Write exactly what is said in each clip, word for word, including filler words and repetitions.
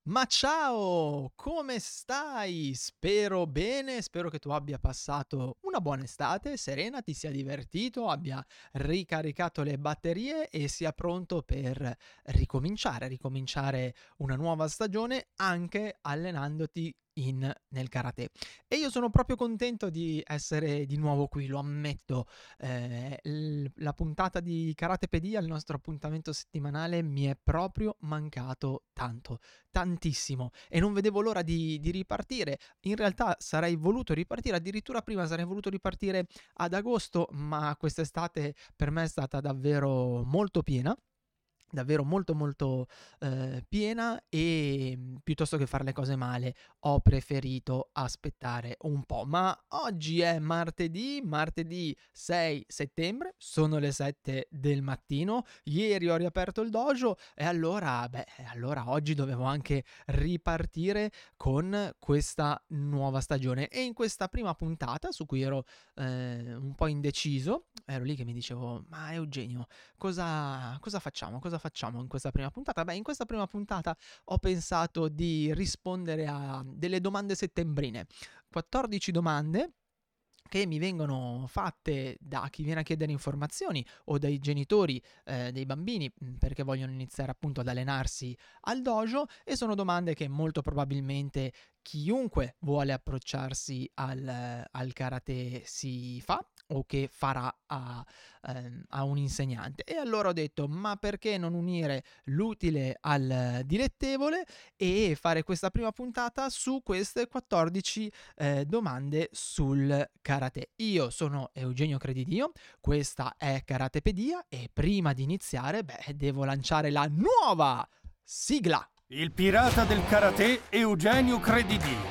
Ma ciao, come stai? Spero bene, spero che tu abbia passato una buona estate serena, ti sia divertito, abbia ricaricato le batterie e sia pronto per ricominciare, ricominciare una nuova stagione anche allenandoti in, nel karate. E io sono proprio contento di essere di nuovo qui, lo ammetto. Eh, l- la puntata di Karatepedia, il nostro appuntamento settimanale, mi è proprio mancato tanto. Tantissimo, e non vedevo l'ora di, di ripartire. In realtà sarei voluto ripartire, addirittura prima sarei voluto ripartire ad agosto, ma quest'estate per me è stata davvero molto piena. Davvero molto molto eh, piena e mh, piuttosto che fare le cose male ho preferito aspettare un po'. Ma oggi è martedì, martedì sei settembre, sono le sette del mattino, ieri ho riaperto il dojo e allora, beh, allora oggi dovevo anche ripartire con questa nuova stagione. E in questa prima puntata, su cui ero eh, un po' indeciso, ero lì che mi dicevo, ma Eugenio, Cosa, cosa facciamo? Cosa facciamo in questa prima puntata? Beh, in questa prima puntata ho pensato di rispondere a delle domande settembrine. quattordici domande che mi vengono fatte da chi viene a chiedere informazioni o dai genitori eh, dei bambini mh, perché vogliono iniziare appunto ad allenarsi al dojo, e sono domande che molto probabilmente chiunque vuole approcciarsi al, al karate si fa o che farà a, ehm, a un insegnante. E allora ho detto, ma perché non unire l'utile al dilettevole e fare questa prima puntata su queste quattordici eh, domande sul karate. Io sono Eugenio Credidio, questa è Karatepedia e prima di iniziare, beh, devo lanciare la nuova sigla. Il pirata del karate Eugenio Credidio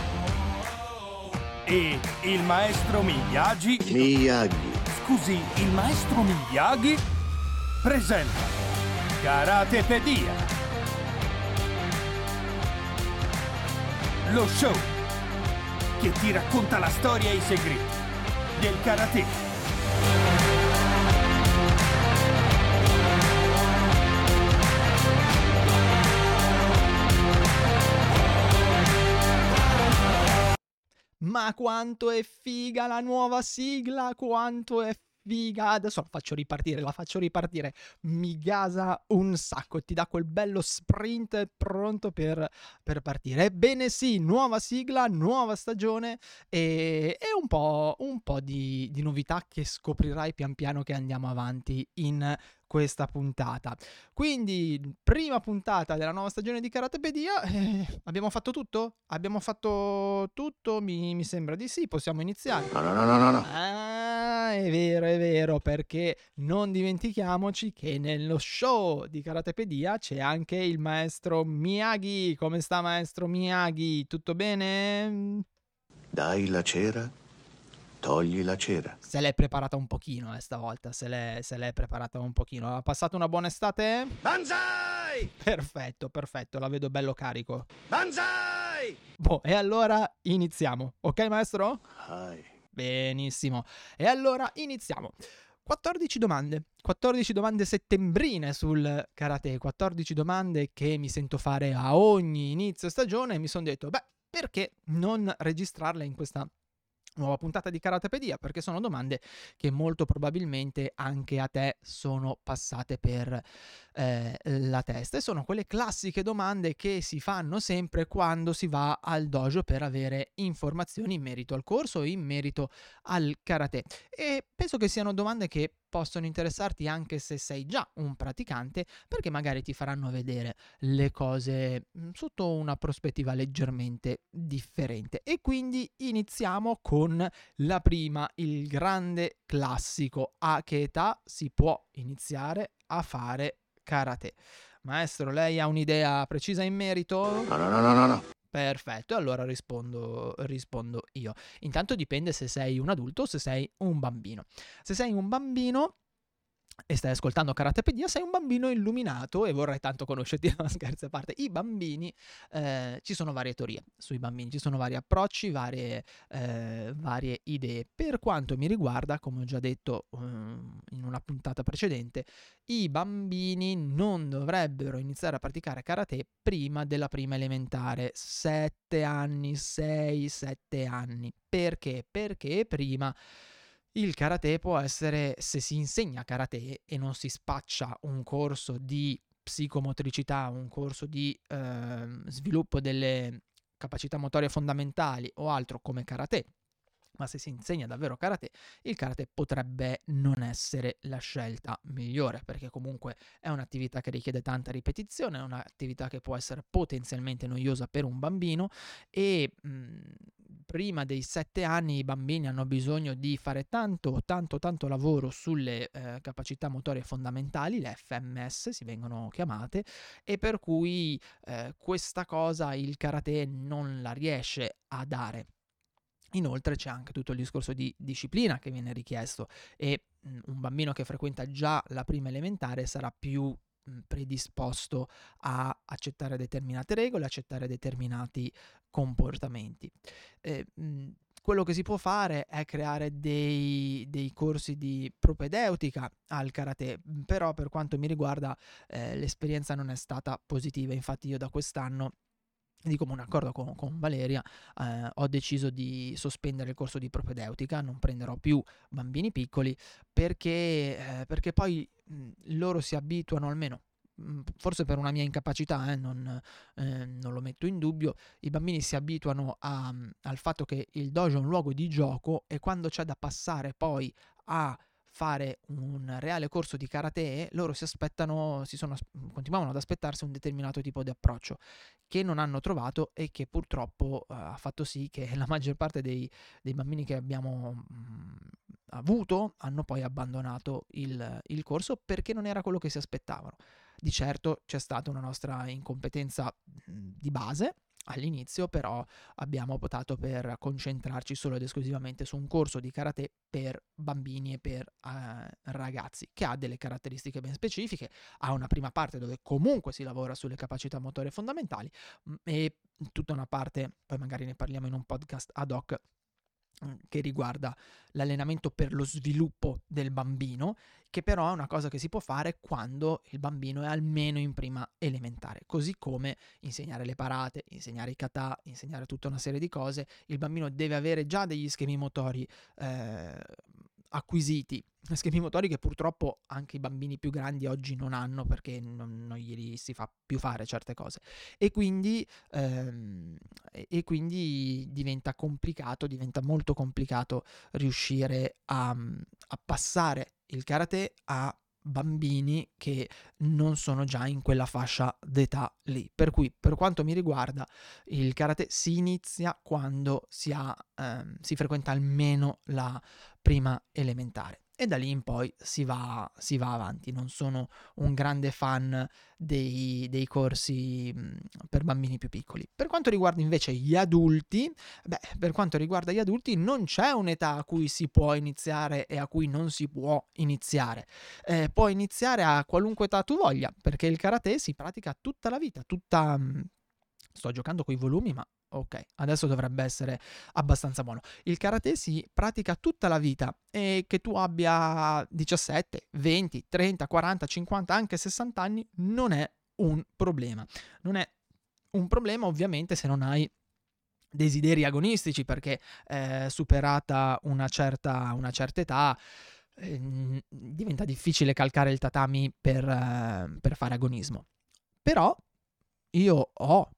e il maestro Miyagi. Miyagi. Scusi, il maestro Miyagi presenta Karatepedia, lo show che ti racconta la storia e i segreti del karate. Ma quanto è figa la nuova sigla, quanto è figa. Adesso la faccio ripartire, la faccio ripartire. Mi gasa un sacco, ti dà quel bello sprint pronto per, per partire. Ebbene sì, nuova sigla, nuova stagione e, e un po', un po' di, di novità che scoprirai pian piano che andiamo avanti in questa puntata. Quindi, prima puntata della nuova stagione di Karatepedia. Eh, abbiamo fatto tutto? Abbiamo fatto tutto? Mi, mi sembra di sì, possiamo iniziare. No, no, no, no, no, no. Ah, è vero, è vero, perché non dimentichiamoci che nello show di Karatepedia c'è anche il maestro Miyagi. Come sta, maestro Miyagi? Tutto bene? Dai la cera, togli la cera. Se l'è preparata un pochino, eh, stavolta, se l'è, se l'è preparata un pochino. Ha passato una buona estate? Banzai! Perfetto, perfetto, la vedo bello carico. Banzai! Boh, e allora iniziamo. Ok, maestro? Hai. Benissimo. E allora iniziamo. quattordici domande. quattordici domande settembrine sul karate. quattordici domande che mi sento fare a ogni inizio stagione e mi sono detto, beh, perché non registrarle in questa nuova puntata di Karatepedia? Perché sono domande che molto probabilmente anche a te sono passate per eh, la testa, e sono quelle classiche domande che si fanno sempre quando si va al dojo per avere informazioni in merito al corso, in merito al karate, e penso che siano domande che possono interessarti anche se sei già un praticante, perché magari ti faranno vedere le cose sotto una prospettiva leggermente differente. E quindi iniziamo con la prima, il grande classico: a che età si può iniziare a fare karate? Maestro, lei ha un'idea precisa in merito? No, no, no, no, no, no. Perfetto, allora rispondo, rispondo io. Intanto dipende se sei un adulto o se sei un bambino. Se sei un bambino, e stai ascoltando Karatepedia, sei un bambino illuminato e vorrai tanto conoscerti. No, scherzi a parte. I bambini, eh, ci sono varie teorie sui bambini, ci sono vari approcci, varie, eh, varie idee. Per quanto mi riguarda, come ho già detto um, in una puntata precedente, i bambini non dovrebbero iniziare a praticare karate prima della prima elementare, sette anni, sei sette anni. Perché? Perché prima il karate può essere, se si insegna karate e non si spaccia un corso di psicomotricità, un corso di eh, sviluppo delle capacità motorie fondamentali o altro come karate, ma se si insegna davvero karate, il karate potrebbe non essere la scelta migliore, perché comunque è un'attività che richiede tanta ripetizione, è un'attività che può essere potenzialmente noiosa per un bambino e mh, prima dei sette anni i bambini hanno bisogno di fare tanto, tanto, tanto lavoro sulle eh, capacità motorie fondamentali, le F M S si vengono chiamate, e per cui eh, questa cosa il karate non la riesce a dare. Inoltre c'è anche tutto il discorso di disciplina che viene richiesto e mh, un bambino che frequenta già la prima elementare sarà più mh, predisposto a accettare determinate regole, accettare determinati comportamenti. Eh, mh, quello che si può fare è creare dei, dei corsi di propedeutica al karate, però per quanto mi riguarda eh, l'esperienza non è stata positiva. Infatti io da quest'anno, di comune accordo con, con Valeria, eh, ho deciso di sospendere il corso di propedeutica, non prenderò più bambini piccoli perché, eh, perché poi mh, loro si abituano, almeno mh, forse per una mia incapacità, eh, non, eh, non lo metto in dubbio, i bambini si abituano a, al fatto che il dojo è un luogo di gioco e quando c'è da passare poi a fare un reale corso di karate, loro si aspettano, si sono, continuavano ad aspettarsi un determinato tipo di approccio che non hanno trovato e che purtroppo uh, ha fatto sì che la maggior parte dei, dei bambini che abbiamo mh, avuto hanno poi abbandonato il, il corso perché non era quello che si aspettavano. Di certo c'è stata una nostra incompetenza mh, di base all'inizio, però abbiamo optato per concentrarci solo ed esclusivamente su un corso di karate per bambini e per eh, ragazzi, che ha delle caratteristiche ben specifiche, ha una prima parte dove comunque si lavora sulle capacità motorie fondamentali e tutta una parte, poi magari ne parliamo in un podcast ad hoc, che riguarda l'allenamento per lo sviluppo del bambino, che però è una cosa che si può fare quando il bambino è almeno in prima elementare, così come insegnare le parate, insegnare i kata, insegnare tutta una serie di cose. Il bambino deve avere già degli schemi motori eh, acquisiti, schemi motori che purtroppo anche i bambini più grandi oggi non hanno perché non, non gli si fa più fare certe cose e quindi, ehm, e quindi diventa complicato, diventa molto complicato riuscire a, a passare il karate a bambini che non sono già in quella fascia d'età lì. Per cui, per quanto mi riguarda, il karate si inizia quando si ha, ehm, si frequenta almeno la prima elementare e da lì in poi si va, si va avanti. Non sono un grande fan dei, dei corsi mh, per bambini più piccoli. Per quanto riguarda invece gli adulti, beh, per quanto riguarda gli adulti non c'è un'età a cui si può iniziare e a cui non si può iniziare. Eh, puoi iniziare a qualunque età tu voglia, perché il karate si pratica tutta la vita, tutta... Mh, sto giocando coi volumi, ma ok, adesso dovrebbe essere abbastanza buono. Il karate si pratica tutta la vita e che tu abbia diciassette, venti, trenta, quaranta, cinquanta, anche sessanta anni non è un problema. Non è un problema ovviamente se non hai desideri agonistici, perché eh, superata una certa, una certa età eh, diventa difficile calcare il tatami per, eh, per fare agonismo. Però io ho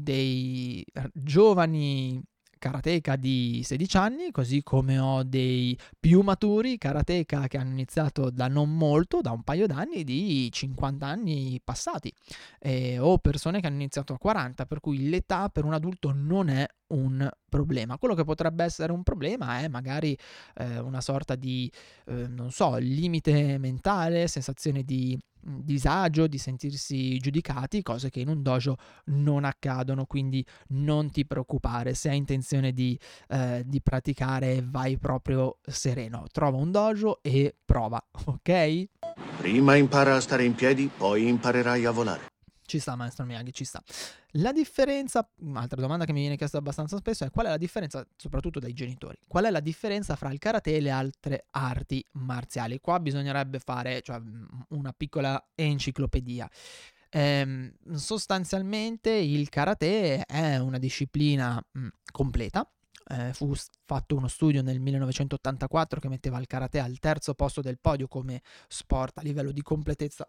dei giovani karateka di sedici anni, così come ho dei più maturi karateka che hanno iniziato da non molto, da un paio d'anni, di cinquanta anni passati, e ho persone che hanno iniziato a quaranta, per cui l'età per un adulto non è un problema. Quello che potrebbe essere un problema è magari eh, una sorta di, eh, non so, limite mentale, sensazione di disagio, di sentirsi giudicati, cose che in un dojo non accadono, quindi non ti preoccupare. Se hai intenzione di, eh, di praticare, vai proprio sereno, trova un dojo e prova, ok? Prima impara a stare in piedi, poi imparerai a volare. Ci sta, maestro Miyagi, ci sta. La differenza, un'altra domanda che mi viene chiesta abbastanza spesso è: qual è la differenza, soprattutto dai genitori, qual è la differenza fra il karate e le altre arti marziali? Qua bisognerebbe fare, cioè, una piccola enciclopedia. Ehm, sostanzialmente il karate è una disciplina mh, completa. Eh, fu fatto uno studio nel millenovecentottantaquattro che metteva il karate al terzo posto del podio come sport a livello di completezza.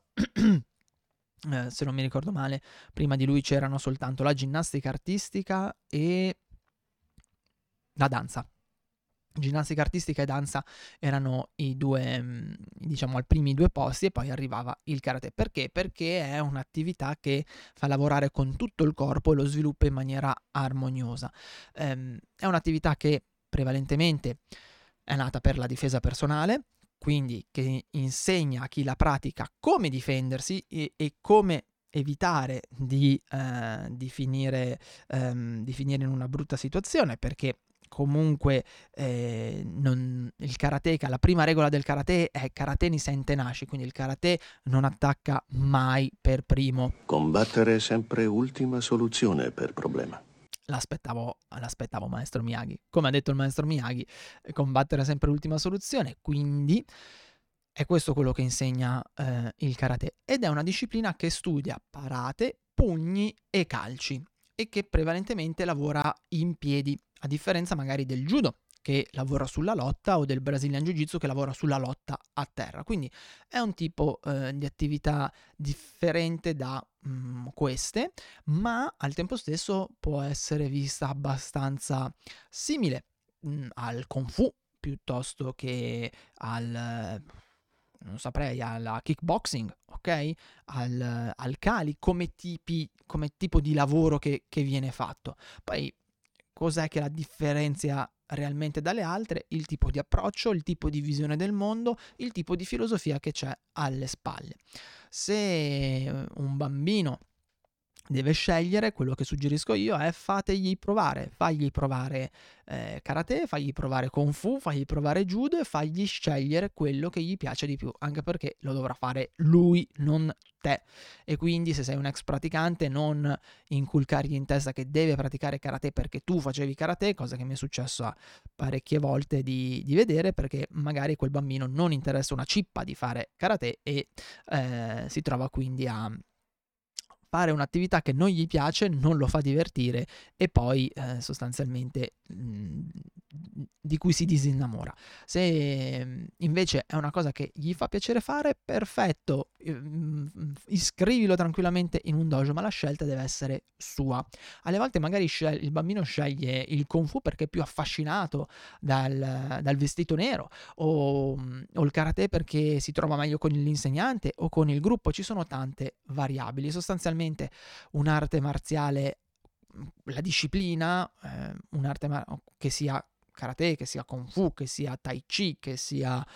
Eh, se non mi ricordo male, prima di lui c'erano soltanto la ginnastica artistica e la danza. Ginnastica artistica e danza erano i due, diciamo, al primi due posti, e poi arrivava il karate. Perché? Perché è un'attività che fa lavorare con tutto il corpo e lo sviluppa in maniera armoniosa. Ehm, è un'attività che prevalentemente è nata per la difesa personale, quindi che insegna a chi la pratica come difendersi e, e come evitare di, eh, di, finire, ehm, di finire in una brutta situazione, perché comunque eh, non, il karateka, la prima regola del karate è karate ni sen tenashi, quindi il karate non attacca mai per primo. Combattere è sempre ultima soluzione per problema. L'aspettavo, l'aspettavo maestro Miyagi. Come ha detto il maestro Miyagi, combattere è sempre l'ultima soluzione, quindi è questo quello che insegna eh, il karate, ed è una disciplina che studia parate, pugni e calci e che prevalentemente lavora in piedi, a differenza magari del judo che lavora sulla lotta o del Brazilian Jiu-Jitsu che lavora sulla lotta a terra. Quindi è un tipo eh, di attività differente da mh, queste, ma al tempo stesso può essere vista abbastanza simile mh, al Kung Fu piuttosto che al, non saprei, alla kickboxing, ok? Al, al Kali, come, tipi, come tipo di lavoro che, che viene fatto. Poi cos'è che la differenzia realmente dalle altre? Il tipo di approccio, il tipo di visione del mondo, il tipo di filosofia che c'è alle spalle. Se un bambino deve scegliere, quello che suggerisco io è: fategli provare, fagli provare eh, karate, fagli provare Kung Fu, fagli provare judo e fagli scegliere quello che gli piace di più, anche perché lo dovrà fare lui, non te. E quindi se sei un ex praticante, non inculcargli in testa che deve praticare karate perché tu facevi karate, cosa che mi è successo parecchie volte di, di vedere, perché magari quel bambino non interessa una cippa di fare karate e eh, si trova quindi a fare un'attività che non gli piace, non lo fa divertire e poi eh, sostanzialmente mh, di cui si disinnamora. Se invece è una cosa che gli fa piacere fare, perfetto, iscrivilo tranquillamente in un dojo, ma la scelta deve essere sua. Alle volte magari scel- il bambino sceglie il Kung Fu perché è più affascinato dal, dal vestito nero, o, o il karate perché si trova meglio con l'insegnante o con il gruppo. Ci sono tante variabili. Sostanzialmente un'arte marziale, la disciplina, eh, un'arte mar- che sia karate, che sia Kung Fu, che sia Tai Chi, che sia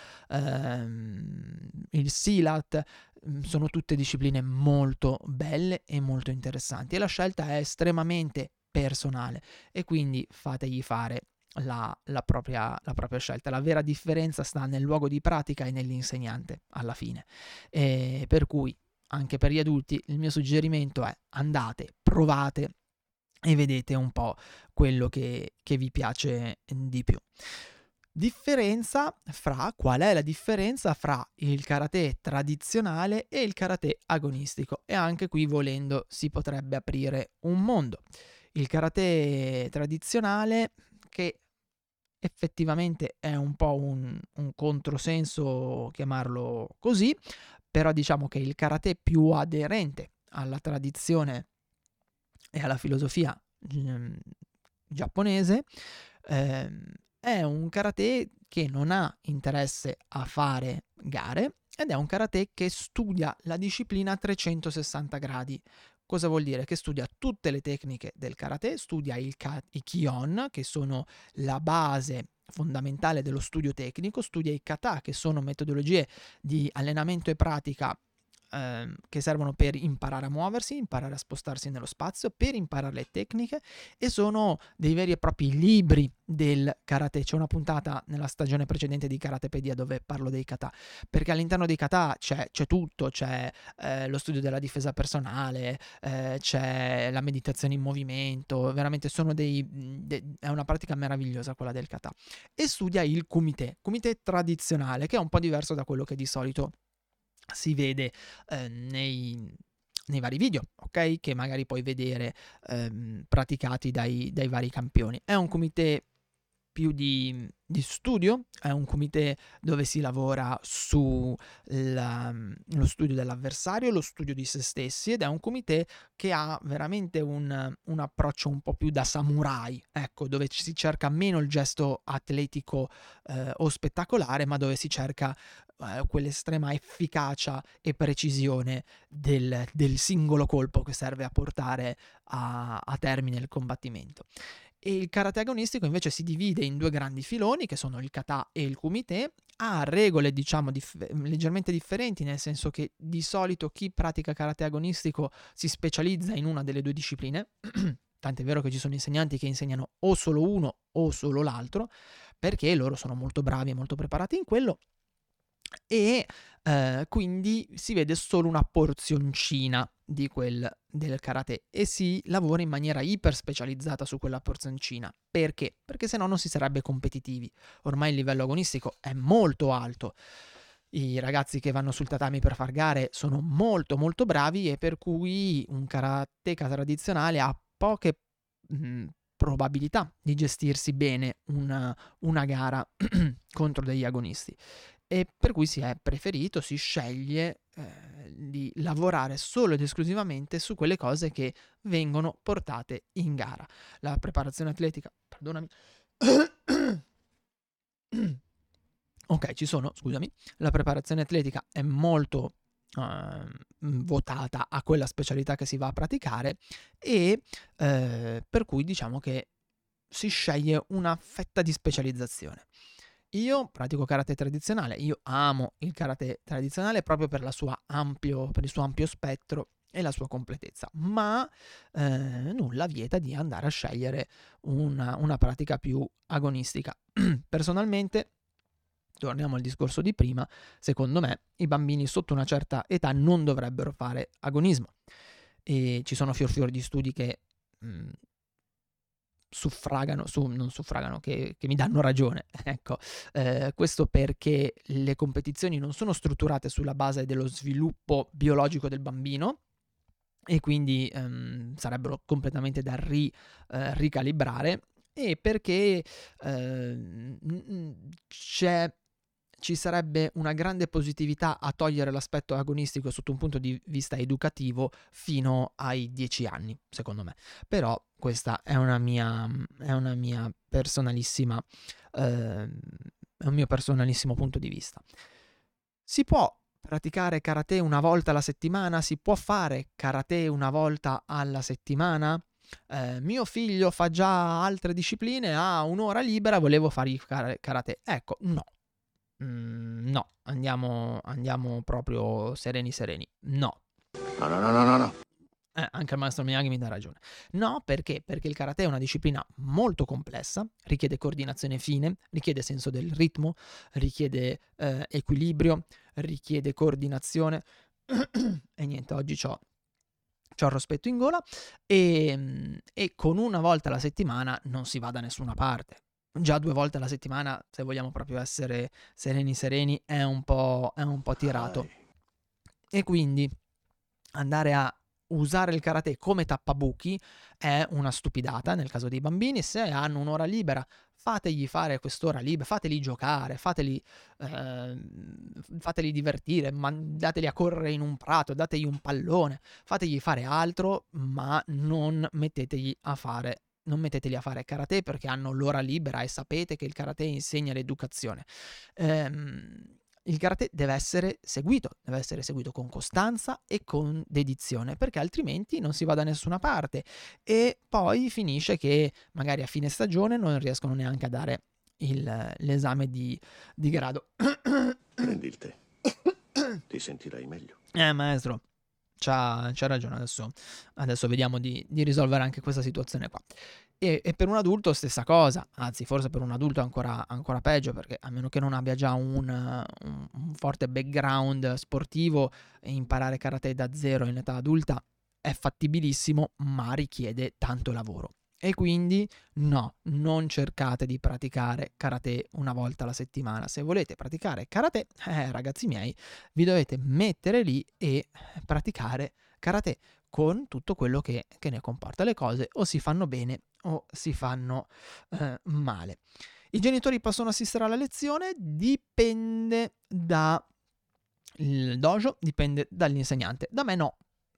ehm, il Silat, sono tutte discipline molto belle e molto interessanti, e la scelta è estremamente personale, e quindi fategli fare la, la, propria, la propria scelta. La vera differenza sta nel luogo di pratica e nell'insegnante alla fine, e per cui anche per gli adulti il mio suggerimento è: andate, provate e vedete un po' quello che, che vi piace di più. Differenza fra, qual è la differenza fra il karate tradizionale e il karate agonistico? E anche qui, volendo, si potrebbe aprire un mondo. Il karate tradizionale, che effettivamente è un po' un, un controsenso chiamarlo così, però diciamo che il karate più aderente alla tradizione e alla filosofia mh, giapponese, ehm, è un karate che non ha interesse a fare gare, ed è un karate che studia la disciplina a trecentosessanta gradi. Cosa vuol dire? Che studia tutte le tecniche del karate, studia il ka- i Kion, che sono la base fondamentale dello studio tecnico, studia i kata, che sono metodologie di allenamento e pratica ehm, che servono per imparare a muoversi, imparare a spostarsi nello spazio, per imparare le tecniche, e sono dei veri e propri libri del karate. C'è una puntata nella stagione precedente di Karatepedia dove parlo dei kata, perché all'interno dei kata c'è, c'è tutto, c'è eh, lo studio della difesa personale, eh, c'è la meditazione in movimento, veramente sono dei, de, è una pratica meravigliosa quella del kata. E studia il kumite, kumite tradizionale, che è un po' diverso da quello che di solito si vede eh, nei, nei vari video, ok? Che magari puoi vedere ehm, praticati dai, dai vari campioni. È un kumite più di, di studio, è un kumite dove si lavora su la, lo studio dell'avversario, lo studio di se stessi, ed è un kumite che ha veramente un, un approccio un po' più da samurai, ecco, dove si cerca meno il gesto atletico eh, o spettacolare, ma dove si cerca eh, quell'estrema efficacia e precisione del, del singolo colpo che serve a portare a, a termine il combattimento. E il karate agonistico invece si divide in due grandi filoni, che sono il kata e il kumite. Ha regole, diciamo, dif- leggermente differenti, nel senso che di solito chi pratica karate agonistico si specializza in una delle due discipline, tant'è vero che ci sono insegnanti che insegnano o solo uno o solo l'altro, perché loro sono molto bravi e molto preparati in quello, e eh, quindi si vede solo una porzioncina di quel del karate e si lavora in maniera iper specializzata su quella porzioncina. Perché? Perché se no non si sarebbe competitivi. Ormai il livello agonistico è molto alto. I ragazzi che vanno sul tatami per far gare sono molto molto bravi, e per cui un karateka tradizionale ha poche mh, probabilità di gestirsi bene una, una gara contro degli agonisti. E per cui si è preferito, si sceglie eh, di lavorare solo ed esclusivamente su quelle cose che vengono portate in gara. La preparazione atletica, perdonami. Ok, ci sono, scusami. La preparazione atletica è molto eh, votata a quella specialità che si va a praticare, e eh, per cui diciamo che si sceglie una fetta di specializzazione. Io pratico karate tradizionale, io amo il karate tradizionale proprio per, la sua ampio, per il suo ampio spettro e la sua completezza, ma eh, nulla vieta di andare a scegliere una, una pratica più agonistica. Personalmente, torniamo al discorso di prima, secondo me i bambini sotto una certa età non dovrebbero fare agonismo, e ci sono fior fior di studi che mh, suffragano, su, non suffragano, che, che mi danno ragione, ecco, eh, questo perché le competizioni non sono strutturate sulla base dello sviluppo biologico del bambino, e quindi ehm, sarebbero completamente da ri, eh, ricalibrare, e perché eh, c'è ci sarebbe una grande positività a togliere l'aspetto agonistico sotto un punto di vista educativo fino ai dieci anni, secondo me. Però questa è una mia, è una mia personalissima, eh, è un mio personalissimo punto di vista. Si può praticare karate una volta alla settimana? Si può fare karate una volta alla settimana? Eh, mio figlio fa già altre discipline, ha un'ora libera, volevo fare karate. Ecco, no. Mm, no, andiamo, andiamo proprio sereni sereni. No. No, no, no, no, no, no. Eh, anche il maestro Miyagi mi dà ragione. No, perché? Perché il karate è una disciplina molto complessa, richiede coordinazione fine, richiede senso del ritmo, richiede eh, equilibrio, richiede coordinazione. E niente, oggi c'ho, c'ho il rospetto in gola, e, e con una volta alla settimana non si va da nessuna parte. Già due volte alla settimana, se vogliamo proprio essere sereni sereni, è un po', è un po' tirato. E quindi andare a usare il karate come tappabuchi è una stupidata nel caso dei bambini. Se hanno un'ora libera, fategli fare quest'ora libera, fateli giocare, fateli, eh, fateli divertire, mandateli a correre in un prato, dategli un pallone, fategli fare altro, ma non mettetegli a fare non metteteli a fare karate perché hanno l'ora libera, e sapete che il karate insegna l'educazione. Ehm, il karate deve essere seguito, deve essere seguito con costanza e con dedizione, perché altrimenti non si va da nessuna parte, e poi finisce che magari a fine stagione non riescono neanche a dare il, l'esame di, di grado. Prendi il tè. Ti sentirai meglio. Eh maestro, c'ha, c'ha ragione, adesso, adesso vediamo di, di risolvere anche questa situazione qua. E, e per un adulto stessa cosa, anzi forse per un adulto ancora, ancora peggio, perché a meno che non abbia già un, un, un forte background sportivo, e imparare karate da zero in età adulta è fattibilissimo, ma richiede tanto lavoro. E quindi no, non cercate di praticare karate una volta alla settimana. Se volete praticare karate, eh, ragazzi miei, vi dovete mettere lì e praticare karate con tutto quello che, che ne comporta. Le cose o si fanno bene o si fanno eh, male. I genitori possono assistere alla lezione? Dipende dal dojo, dipende dall'insegnante. Da me no.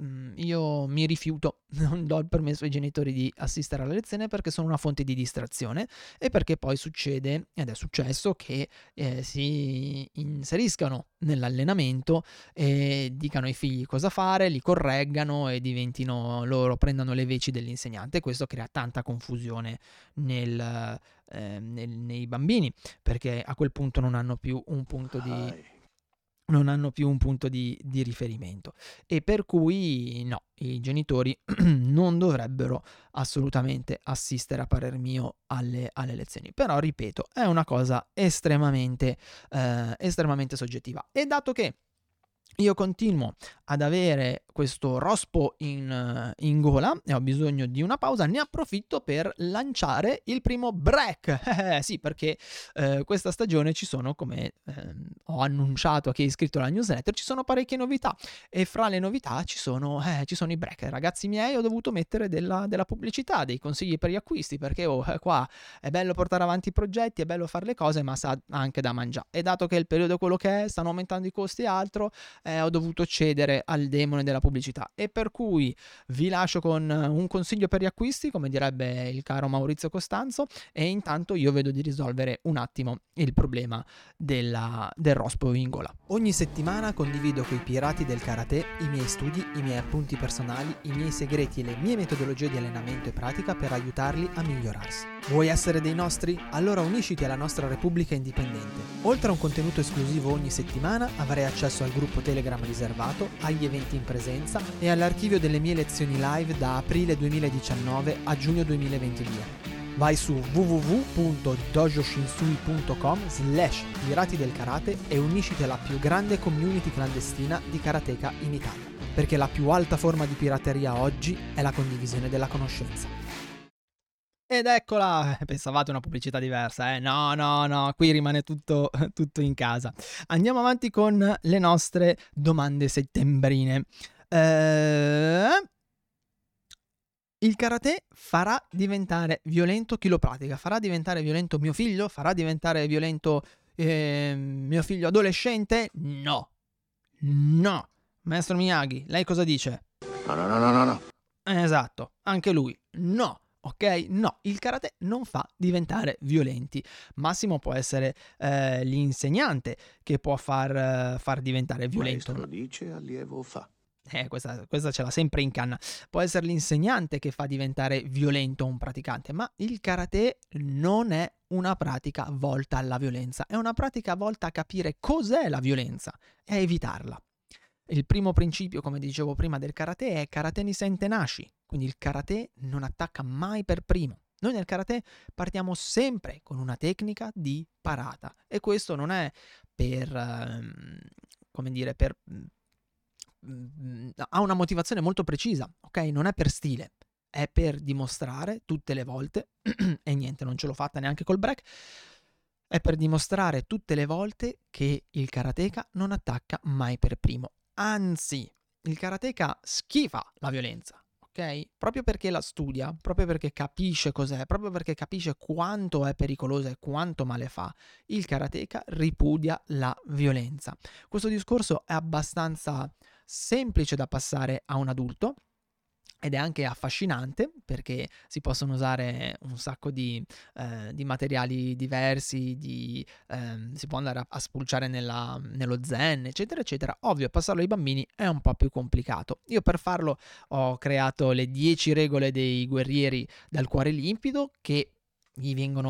Io mi rifiuto, non do il permesso ai genitori di assistere alla lezione perché sono una fonte di distrazione e perché poi succede, ed è successo, che eh, si inseriscano nell'allenamento e dicano ai figli cosa fare, li correggano e diventino loro, prendano le veci dell'insegnante. Questo crea tanta confusione nel, eh, nel, nei bambini, perché a quel punto non hanno più un punto di... non hanno più un punto di, di riferimento, e per cui no, i genitori non dovrebbero assolutamente assistere, a parer mio, alle, alle lezioni. Però ripeto, è una cosa estremamente eh, estremamente soggettiva, e dato che io continuo ad avere questo rospo in, in gola e ho bisogno di una pausa, ne approfitto per lanciare il primo break. Eh, sì, perché eh, questa stagione ci sono, come eh, ho annunciato a chi è iscritto alla newsletter, ci sono parecchie novità, e fra le novità ci sono, eh, ci sono i break. Ragazzi miei, ho dovuto mettere della, della pubblicità, dei consigli per gli acquisti, perché oh, qua è bello portare avanti i progetti, è bello fare le cose, ma sa anche da mangiare. E dato che il periodo è quello che è, stanno aumentando i costi e altro, Eh, ho dovuto cedere al demone della pubblicità, e per cui vi lascio con un consiglio per gli acquisti, come direbbe il caro Maurizio Costanzo, e intanto io vedo di risolvere un attimo il problema della, del rospo in gola. Ogni settimana condivido coi pirati del karate i miei studi, i miei appunti personali, i miei segreti e le mie metodologie di allenamento e pratica per aiutarli a migliorarsi. Vuoi essere dei nostri? Allora unisciti alla nostra Repubblica Indipendente. Oltre a un contenuto esclusivo ogni settimana, avrai accesso al gruppo Telegram riservato, agli eventi in presenza e all'archivio delle mie lezioni live da aprile duemiladiciannove a giugno duemilaventidue. Vai su w w w punto dojoshinsui punto com slash pirati del karate e unisciti alla più grande community clandestina di karateka in Italia, perché la più alta forma di pirateria oggi è la condivisione della conoscenza. Ed eccola, pensavate una pubblicità diversa, eh? No, no, no, qui rimane tutto, tutto in casa. Andiamo avanti con le nostre domande settembrine. Eh... Il karate farà diventare violento chi lo pratica? Farà diventare violento mio figlio? Farà diventare violento eh, mio figlio adolescente? No. No. Maestro Miyagi, lei cosa dice? No, no, no, no, no, no. Esatto, anche lui. No. Ok? No, il karate non fa diventare violenti. Massimo può essere eh, l'insegnante che può far, eh, far diventare violento. Maestro dice, allievo fa. Eh, questa, questa ce l'ha sempre in canna. Può essere l'insegnante che fa diventare violento un praticante, ma il karate non è una pratica volta alla violenza, è una pratica volta a capire cos'è la violenza e a evitarla. Il primo principio, come dicevo prima, del karate è karate ni sen tenashi, quindi il karate non attacca mai per primo. Noi nel karate partiamo sempre con una tecnica di parata, e questo non è per, ehm, come dire, per... ha una motivazione molto precisa, ok? Non è per stile, è per dimostrare tutte le volte e niente, non ce l'ho fatta neanche col break. È per dimostrare tutte le volte che il karateka non attacca mai per primo. Anzi, il karateka schifa la violenza, ok? Proprio perché la studia, proprio perché capisce cos'è, proprio perché capisce quanto è pericolosa e quanto male fa, il karateka ripudia la violenza. Questo discorso è abbastanza semplice da passare a un adulto, ed è anche affascinante perché si possono usare un sacco di, eh, di materiali diversi, di, ehm, si può andare a, a spulciare nella, nello zen, eccetera, eccetera. Ovvio, passarlo ai bambini è un po' più complicato. Io per farlo ho creato le dieci regole dei guerrieri dal cuore limpido, che gli vengono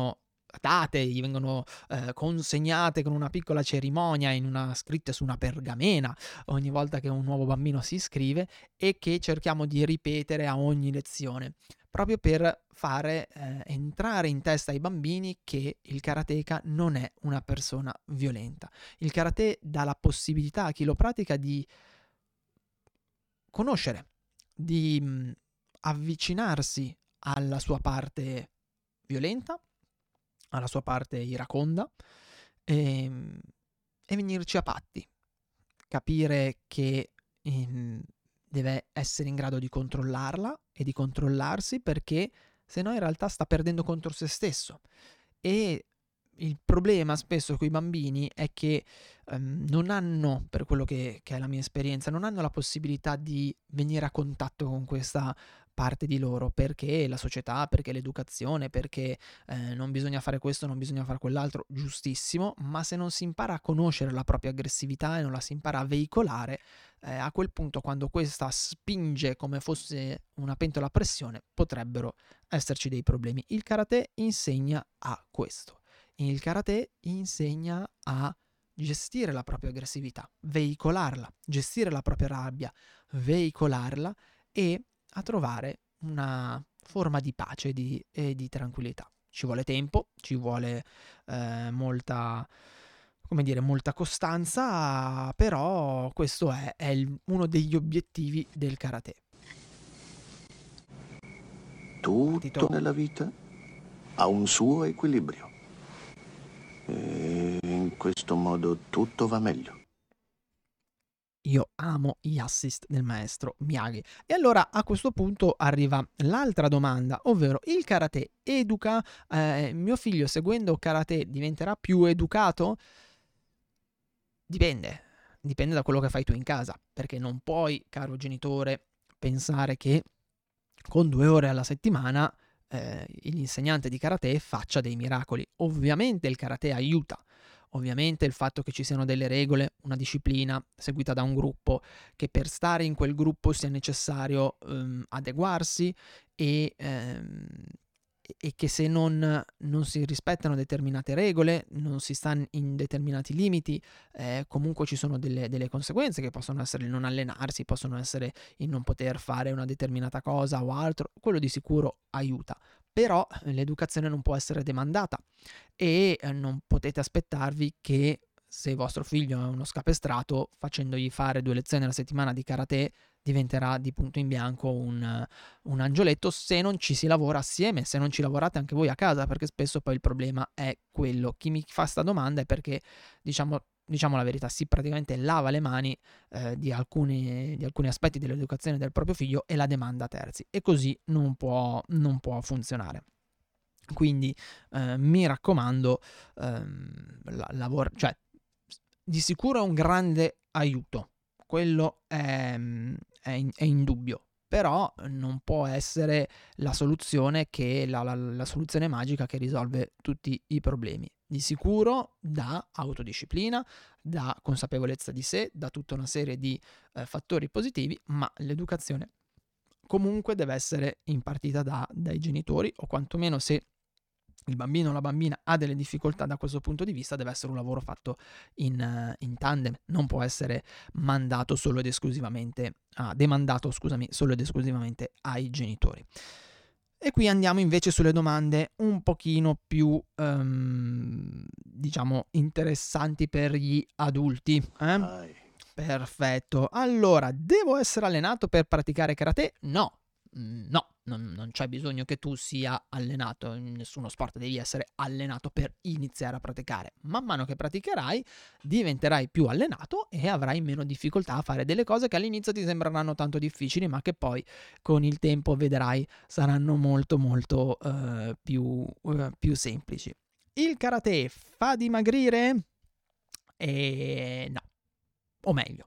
date, gli vengono eh, consegnate con una piccola cerimonia in una, scritte su una pergamena ogni volta che un nuovo bambino si iscrive, e che cerchiamo di ripetere a ogni lezione, proprio per fare eh, entrare in testa ai bambini che il karateka non è una persona violenta. Il karate dà la possibilità a chi lo pratica di conoscere, di mh, avvicinarsi alla sua parte violenta, alla sua parte iraconda, e, e venirci a patti, capire che ehm, deve essere in grado di controllarla e di controllarsi, perché se no in realtà sta perdendo contro se stesso. E il problema spesso con i bambini è che ehm, non hanno, per quello che, che è la mia esperienza, non hanno la possibilità di venire a contatto con questa parte di loro, perché la società, perché l'educazione, perché eh, non bisogna fare questo, non bisogna fare quell'altro, giustissimo, ma se non si impara a conoscere la propria aggressività e non la si impara a veicolare, eh, a quel punto, quando questa spinge come fosse una pentola a pressione, potrebbero esserci dei problemi. Il karate insegna a questo. Il karate insegna a gestire la propria aggressività, veicolarla, gestire la propria rabbia, veicolarla, e a trovare una forma di pace di, e di tranquillità. Ci vuole tempo, ci vuole eh, molta, come dire, molta costanza, però questo è, è il, uno degli obiettivi del karate. Tutto Tito. nella vita ha un suo equilibrio. E in questo modo tutto va meglio. Io amo gli assist del maestro Miyagi. E allora a questo punto arriva l'altra domanda, ovvero: il karate educa? Eh, mio figlio seguendo karate diventerà più educato? Dipende, dipende da quello che fai tu in casa, perché non puoi, caro genitore, pensare che con due ore alla settimana eh, l'insegnante di karate faccia dei miracoli. Ovviamente il karate aiuta. Ovviamente il fatto che ci siano delle regole, una disciplina seguita da un gruppo, che per stare in quel gruppo sia necessario ehm, adeguarsi, e, ehm, e che se non, non si rispettano determinate regole, non si sta in determinati limiti, eh, comunque ci sono delle, delle conseguenze, che possono essere il non allenarsi, possono essere il non poter fare una determinata cosa o altro. Quello di sicuro aiuta. Però l'educazione non può essere demandata, e non potete aspettarvi che, se vostro figlio è uno scapestrato, facendogli fare due lezioni alla settimana di karate diventerà di punto in bianco un, un angioletto, se non ci si lavora assieme, se non ci lavorate anche voi a casa, perché spesso poi il problema è quello. Chi mi fa sta domanda è perché, diciamo, diciamo la verità, si praticamente lava le mani eh, di, alcuni, di alcuni aspetti dell'educazione del proprio figlio e la demanda a terzi, e così non può, non può funzionare. Quindi eh, mi raccomando, ehm, la, lavora, cioè, di sicuro è un grande aiuto, quello è, è, in, è indubbio, però non può essere la soluzione che la, la, la soluzione magica che risolve tutti i problemi. Di sicuro dà autodisciplina, dà consapevolezza di sé, dà tutta una serie di eh, fattori positivi, ma l'educazione comunque deve essere impartita da, dai genitori, o quantomeno, se il bambino o la bambina ha delle difficoltà da questo punto di vista, deve essere un lavoro fatto in, in tandem, non può essere mandato solo ed esclusivamente ah, demandato, scusami, solo ed esclusivamente ai genitori. E qui andiamo invece sulle domande un pochino più, um, diciamo, interessanti per gli adulti. Eh? Vai. Perfetto. Allora, devo essere allenato per praticare karate? No. No, non, non c'è bisogno che tu sia allenato, in nessuno sport devi essere allenato per iniziare a praticare. Man mano che praticherai diventerai più allenato e avrai meno difficoltà a fare delle cose che all'inizio ti sembreranno tanto difficili, ma che poi con il tempo vedrai saranno molto molto uh, più, uh, più semplici. Il karate fa dimagrire? E no, o meglio,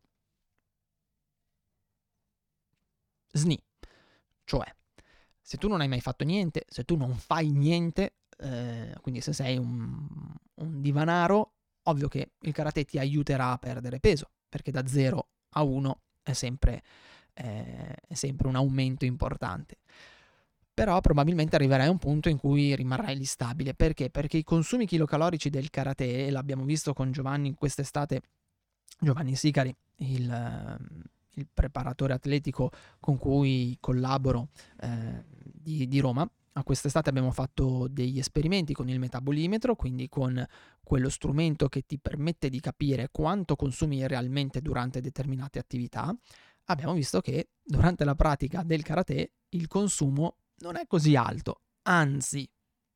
sni. Cioè, se tu non hai mai fatto niente, se tu non fai niente, eh, quindi se sei un, un divanaro, ovvio che il karate ti aiuterà a perdere peso, perché da zero a uno è sempre, eh, è sempre un aumento importante. però probabilmente arriverai a un punto in cui rimarrai lì stabile. Perché? Perché i consumi chilocalorici del karate, e l'abbiamo visto con Giovanni quest'estate, Giovanni Sicari, il, ehm, il preparatore atletico con cui collaboro eh, di, di Roma. A quest'estate abbiamo fatto degli esperimenti con il metabolimetro, quindi con quello strumento che ti permette di capire quanto consumi realmente durante determinate attività. Abbiamo visto che durante la pratica del karate il consumo non è così alto, anzi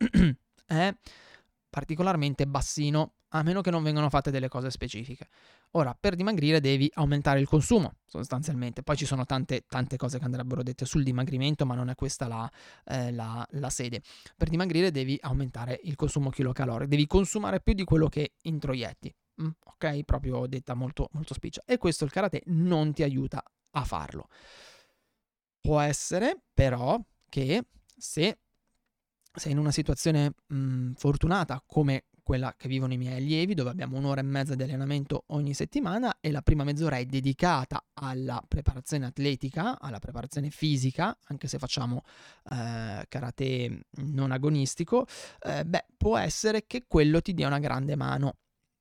è particolarmente bassino, a meno che non vengano fatte delle cose specifiche. Ora, per dimagrire devi aumentare il consumo, sostanzialmente. Poi ci sono tante, tante cose che andrebbero dette sul dimagrimento, ma non è questa la, eh, la, la sede. Per dimagrire devi aumentare il consumo chilocalorico, devi consumare più di quello che introietti, mm, ok? Proprio detta molto, molto spiccia. E questo il karate non ti aiuta a farlo. Può essere, però, che se sei in una situazione mh, fortunata come quella che vivono i miei allievi, dove abbiamo un'ora e mezza di allenamento ogni settimana e la prima mezz'ora è dedicata alla preparazione atletica, alla preparazione fisica, anche se facciamo eh, karate non agonistico, eh, beh, può essere che quello ti dia una grande mano.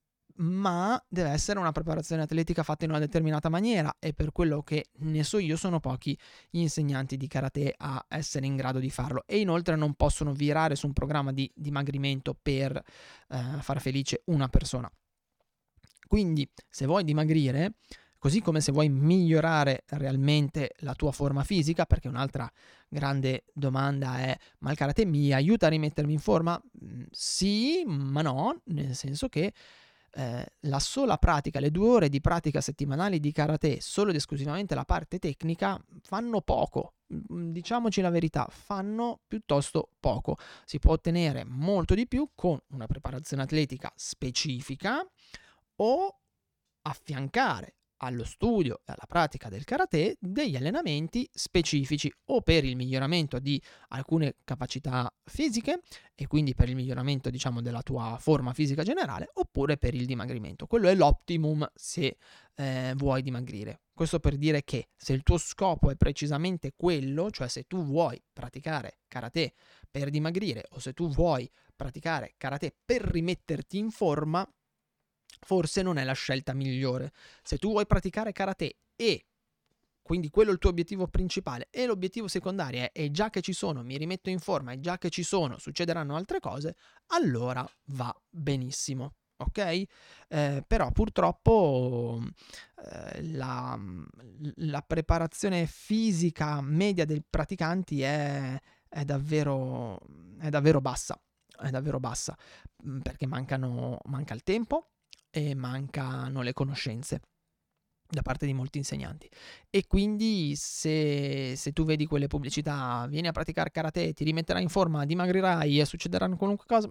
Ma deve essere una preparazione atletica fatta in una determinata maniera, e per quello che ne so io sono pochi gli insegnanti di karate a essere in grado di farlo, e inoltre non possono virare su un programma di dimagrimento per eh, far felice una persona. Quindi se vuoi dimagrire, così come se vuoi migliorare realmente la tua forma fisica, perché un'altra grande domanda è: ma il karate mi aiuta a rimettermi in forma? Sì, ma no, nel senso che Eh, la sola pratica, le due ore di pratica settimanali di karate, solo ed esclusivamente la parte tecnica, fanno poco. Diciamoci la verità, fanno piuttosto poco. Si può ottenere molto di più con una preparazione atletica specifica, o affiancare allo studio e alla pratica del karate degli allenamenti specifici, o per il miglioramento di alcune capacità fisiche e quindi per il miglioramento, diciamo, della tua forma fisica generale, oppure per il dimagrimento. Quello è l'optimum se eh, vuoi dimagrire. Questo per dire che se il tuo scopo è precisamente quello, cioè se tu vuoi praticare karate per dimagrire o se tu vuoi praticare karate per rimetterti in forma, forse non è la scelta migliore. Se tu vuoi praticare karate e quindi quello è il tuo obiettivo principale, e l'obiettivo secondario è: e già che ci sono, mi rimetto in forma, e già che ci sono, succederanno altre cose, allora va benissimo, ok? Eh, però purtroppo eh, la, la preparazione fisica media dei praticanti è, è davvero, è davvero bassa, è davvero bassa, perché mancano, manca il tempo e mancano le conoscenze da parte di molti insegnanti. E quindi se, se tu vedi quelle pubblicità: vieni a praticare karate, ti rimetterai in forma, dimagrirai e succederanno qualunque cosa,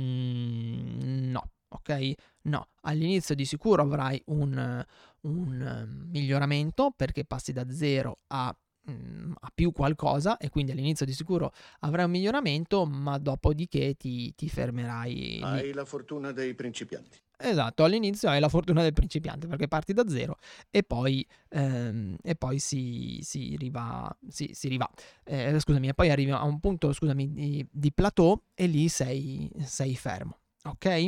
mm, no, ok? No, all'inizio di sicuro avrai un, un miglioramento, perché passi da zero a a più qualcosa, e quindi all'inizio di sicuro avrai un miglioramento, ma dopodiché ti, ti fermerai lì. Hai la fortuna dei principianti. Esatto, all'inizio hai la fortuna del principiante, perché parti da zero e poi, ehm, e poi si, si riva, si, si riva. Eh, scusami, e poi arrivi a un punto, scusami, di, di plateau, e lì sei, sei fermo, ok?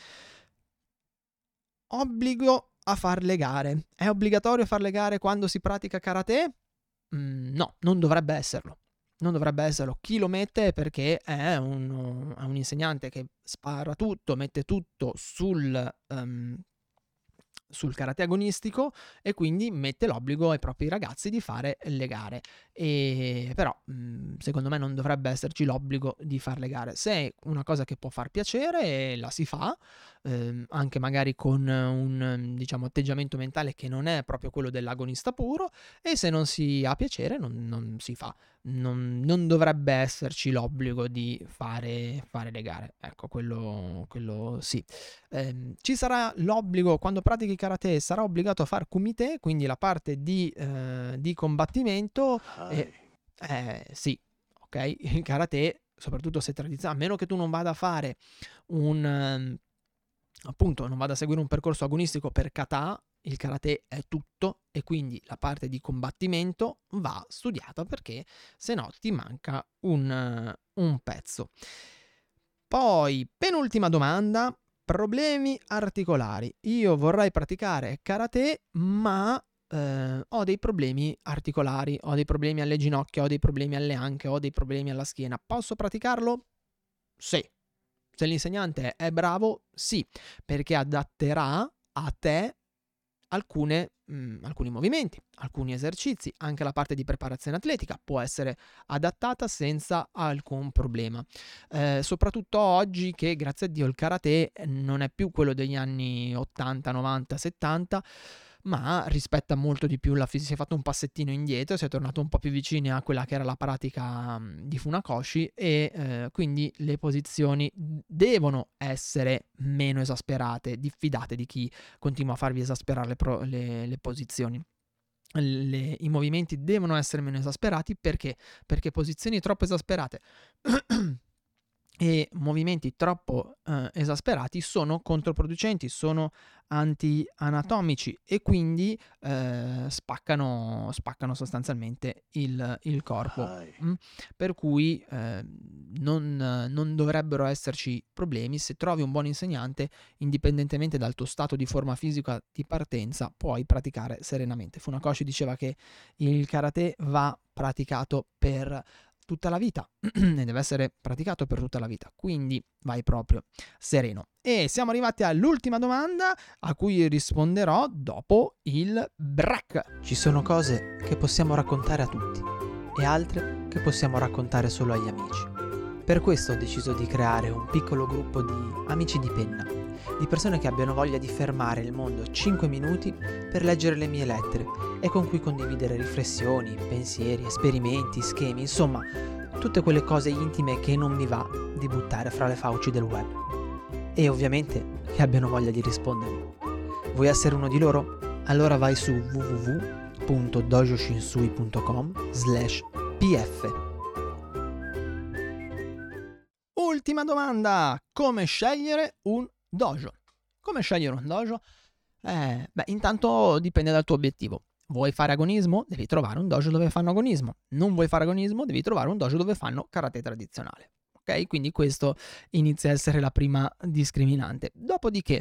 Obbligo a far le gare. È obbligatorio far le gare quando si pratica karate? Mm, no, non dovrebbe esserlo. Non dovrebbe esserlo. Chi lo mette perché è un, è un insegnante che spara tutto, mette tutto sul, um, sul karate agonistico, e quindi mette l'obbligo ai propri ragazzi di fare le gare. E però mh, secondo me non dovrebbe esserci l'obbligo di fare le gare. Se è una cosa che può far piacere, la si fa, ehm, anche magari con un, diciamo, atteggiamento mentale che non è proprio quello dell'agonista puro, e se non si ha piacere non, non si fa. Non, non dovrebbe esserci l'obbligo di fare, fare le gare, ecco, quello, quello sì. Eh, ci sarà l'obbligo, quando pratichi karate sarà obbligato a fare kumite, quindi la parte di, eh, di combattimento. eh, eh, sì, ok, il karate, soprattutto se tradizionale, a meno che tu non vada a fare un, appunto, non vada a seguire un percorso agonistico per kata, il karate è tutto e quindi la parte di combattimento va studiata perché se no ti manca un, un pezzo. Poi, penultima domanda, problemi articolari. Io vorrei praticare karate, ma eh, ho dei problemi articolari, ho dei problemi alle ginocchia, ho dei problemi alle anche, ho dei problemi alla schiena. Posso praticarlo? Sì. Se l'insegnante è bravo, sì, perché adatterà a te alcune, mh, alcuni movimenti, alcuni esercizi, anche la parte di preparazione atletica può essere adattata senza alcun problema. Eh, soprattutto oggi che, grazie a Dio, il karate non è più quello degli anni ottanta, novanta, settanta, ma rispetta molto di più la fisica, si è fatto un passettino indietro, si è tornato un po' più vicini a quella che era la pratica di Funakoshi e eh, quindi le posizioni devono essere meno esasperate, diffidate di chi continua a farvi esasperare le, pro- le, le posizioni. Le, I movimenti devono essere meno esasperati perché? Perché posizioni troppo esasperate e movimenti troppo eh, esasperati sono controproducenti, sono anti-anatomici e quindi eh, spaccano, spaccano sostanzialmente il, il corpo. Mm? Per cui eh, non, non dovrebbero esserci problemi. Se trovi un buon insegnante, indipendentemente dal tuo stato di forma fisica di partenza, puoi praticare serenamente. Funakoshi diceva che il karate va praticato per tutta la vita e deve essere praticato per tutta la vita, quindi vai proprio sereno. E siamo arrivati all'ultima domanda a cui risponderò dopo il break. Ci sono cose che possiamo raccontare a tutti e altre che possiamo raccontare solo agli amici. Per questo ho deciso di creare un piccolo gruppo di amici di penna, di persone che abbiano voglia di fermare il mondo cinque minuti per leggere le mie lettere e con cui condividere riflessioni, pensieri, esperimenti, schemi, insomma, tutte quelle cose intime che non mi va di buttare fra le fauci del web. E ovviamente che abbiano voglia di rispondermi. Vuoi essere uno di loro? Allora vai su w w w punto dojoshinsui punto com slash p f. Ultima domanda, come scegliere un dojo? Come scegliere un dojo? Eh, beh, intanto dipende dal tuo obiettivo. Vuoi fare agonismo? Devi trovare un dojo dove fanno agonismo. Non vuoi fare agonismo? Devi trovare un dojo dove fanno karate tradizionale. Ok? Quindi questo inizia a essere la prima discriminante. Dopodiché,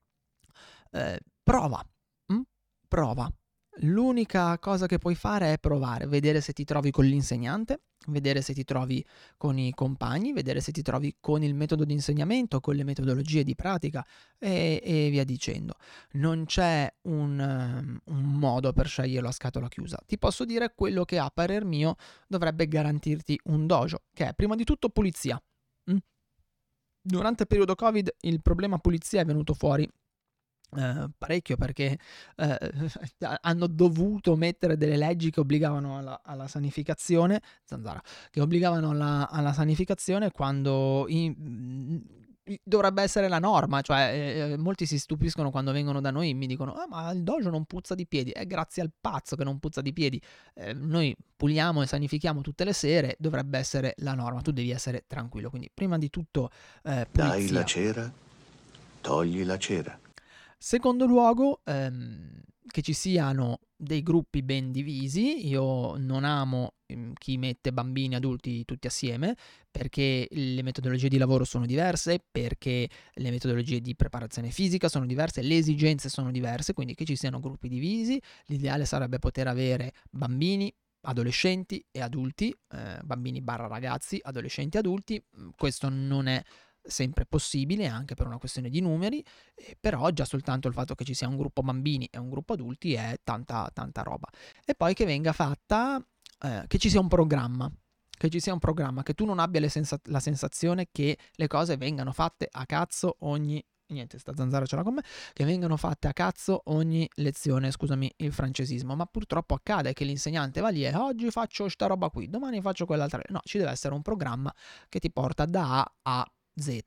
eh, prova. Mm? Prova. L'unica cosa che puoi fare è provare, vedere se ti trovi con l'insegnante, vedere se ti trovi con i compagni, vedere se ti trovi con il metodo di insegnamento, con le metodologie di pratica e, e via dicendo. Non c'è un, um, un modo per sceglierlo a scatola chiusa. Ti posso dire quello che a parer mio dovrebbe garantirti un dojo, che è prima di tutto pulizia. Mm? Durante il periodo Covid il problema pulizia è venuto fuori Uh, parecchio perché uh, hanno dovuto mettere delle leggi che obbligavano alla, alla sanificazione zanzara, che obbligavano alla, alla sanificazione quando in, dovrebbe essere la norma, cioè eh, molti si stupiscono quando vengono da noi e mi dicono ah, ma il dojo non puzza di piedi, è grazie al pazzo che non puzza di piedi, eh, noi puliamo e sanifichiamo tutte le sere, dovrebbe essere la norma, tu devi essere tranquillo, quindi prima di tutto eh, pulizia. Dai la cera, togli la cera. Secondo luogo, ehm, che ci siano dei gruppi ben divisi. Io non amo ehm, chi mette bambini e adulti tutti assieme, perché le metodologie di lavoro sono diverse, perché le metodologie di preparazione fisica sono diverse, le esigenze sono diverse, quindi che ci siano gruppi divisi. L'ideale sarebbe poter avere bambini, adolescenti e adulti, eh, bambini barra ragazzi, adolescenti e adulti. Questo non è sempre possibile anche per una questione di numeri, eh, però già soltanto il fatto che ci sia un gruppo bambini e un gruppo adulti è tanta tanta roba. E poi che venga fatta, eh, che ci sia un programma, che ci sia un programma, che tu non abbia le senza- la sensazione che le cose vengano fatte a cazzo ogni niente, sta zanzara ce l'ha con me, che vengano fatte a cazzo ogni lezione, scusami il francesismo, ma purtroppo accade che l'insegnante va lì e oggi faccio sta roba qui, domani faccio quell'altra. No, ci deve essere un programma che ti porta da A a Z.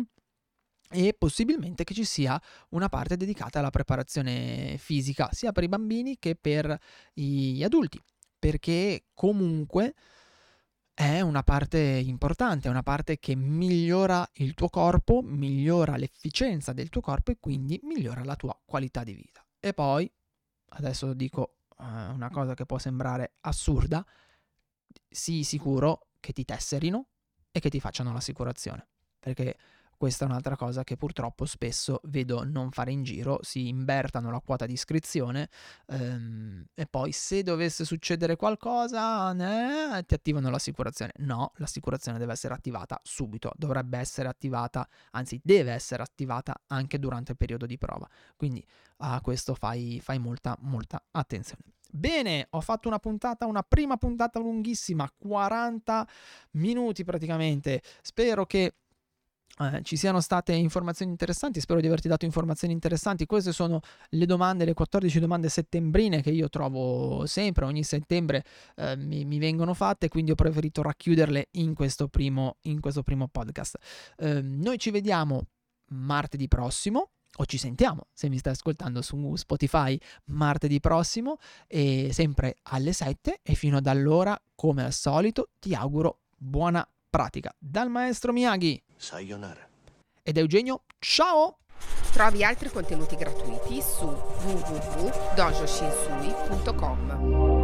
E possibilmente che ci sia una parte dedicata alla preparazione fisica sia per i bambini che per gli adulti, perché comunque è una parte importante, è una parte che migliora il tuo corpo, migliora l'efficienza del tuo corpo e quindi migliora la tua qualità di vita. E poi, adesso dico uh, una cosa che può sembrare assurda, sii sicuro che ti tesserino e che ti facciano l'assicurazione, perché questa è un'altra cosa che purtroppo spesso vedo non fare in giro, si invertano la quota di iscrizione ehm, e poi se dovesse succedere qualcosa eh, ti attivano l'assicurazione. No, l'assicurazione deve essere attivata subito, dovrebbe essere attivata, anzi deve essere attivata anche durante il periodo di prova, quindi a questo fai, fai molta molta attenzione. Bene, ho fatto una puntata, una prima puntata lunghissima, quaranta minuti praticamente, spero che Eh, ci siano state informazioni interessanti, spero di averti dato informazioni interessanti. Queste sono le domande, le quattordici domande settembrine che io trovo sempre, ogni settembre eh, mi, mi vengono fatte, quindi ho preferito racchiuderle in questo primo, in questo primo podcast. Eh, noi ci vediamo martedì prossimo, o ci sentiamo se mi stai ascoltando su Spotify martedì prossimo, e sempre alle sette, e fino ad allora, come al solito, ti auguro buona pratica. Dal maestro Miyagi Sayonara. ed Eugenio, ciao! Trovi altri contenuti gratuiti su w w w punto dojo shinsui punto com.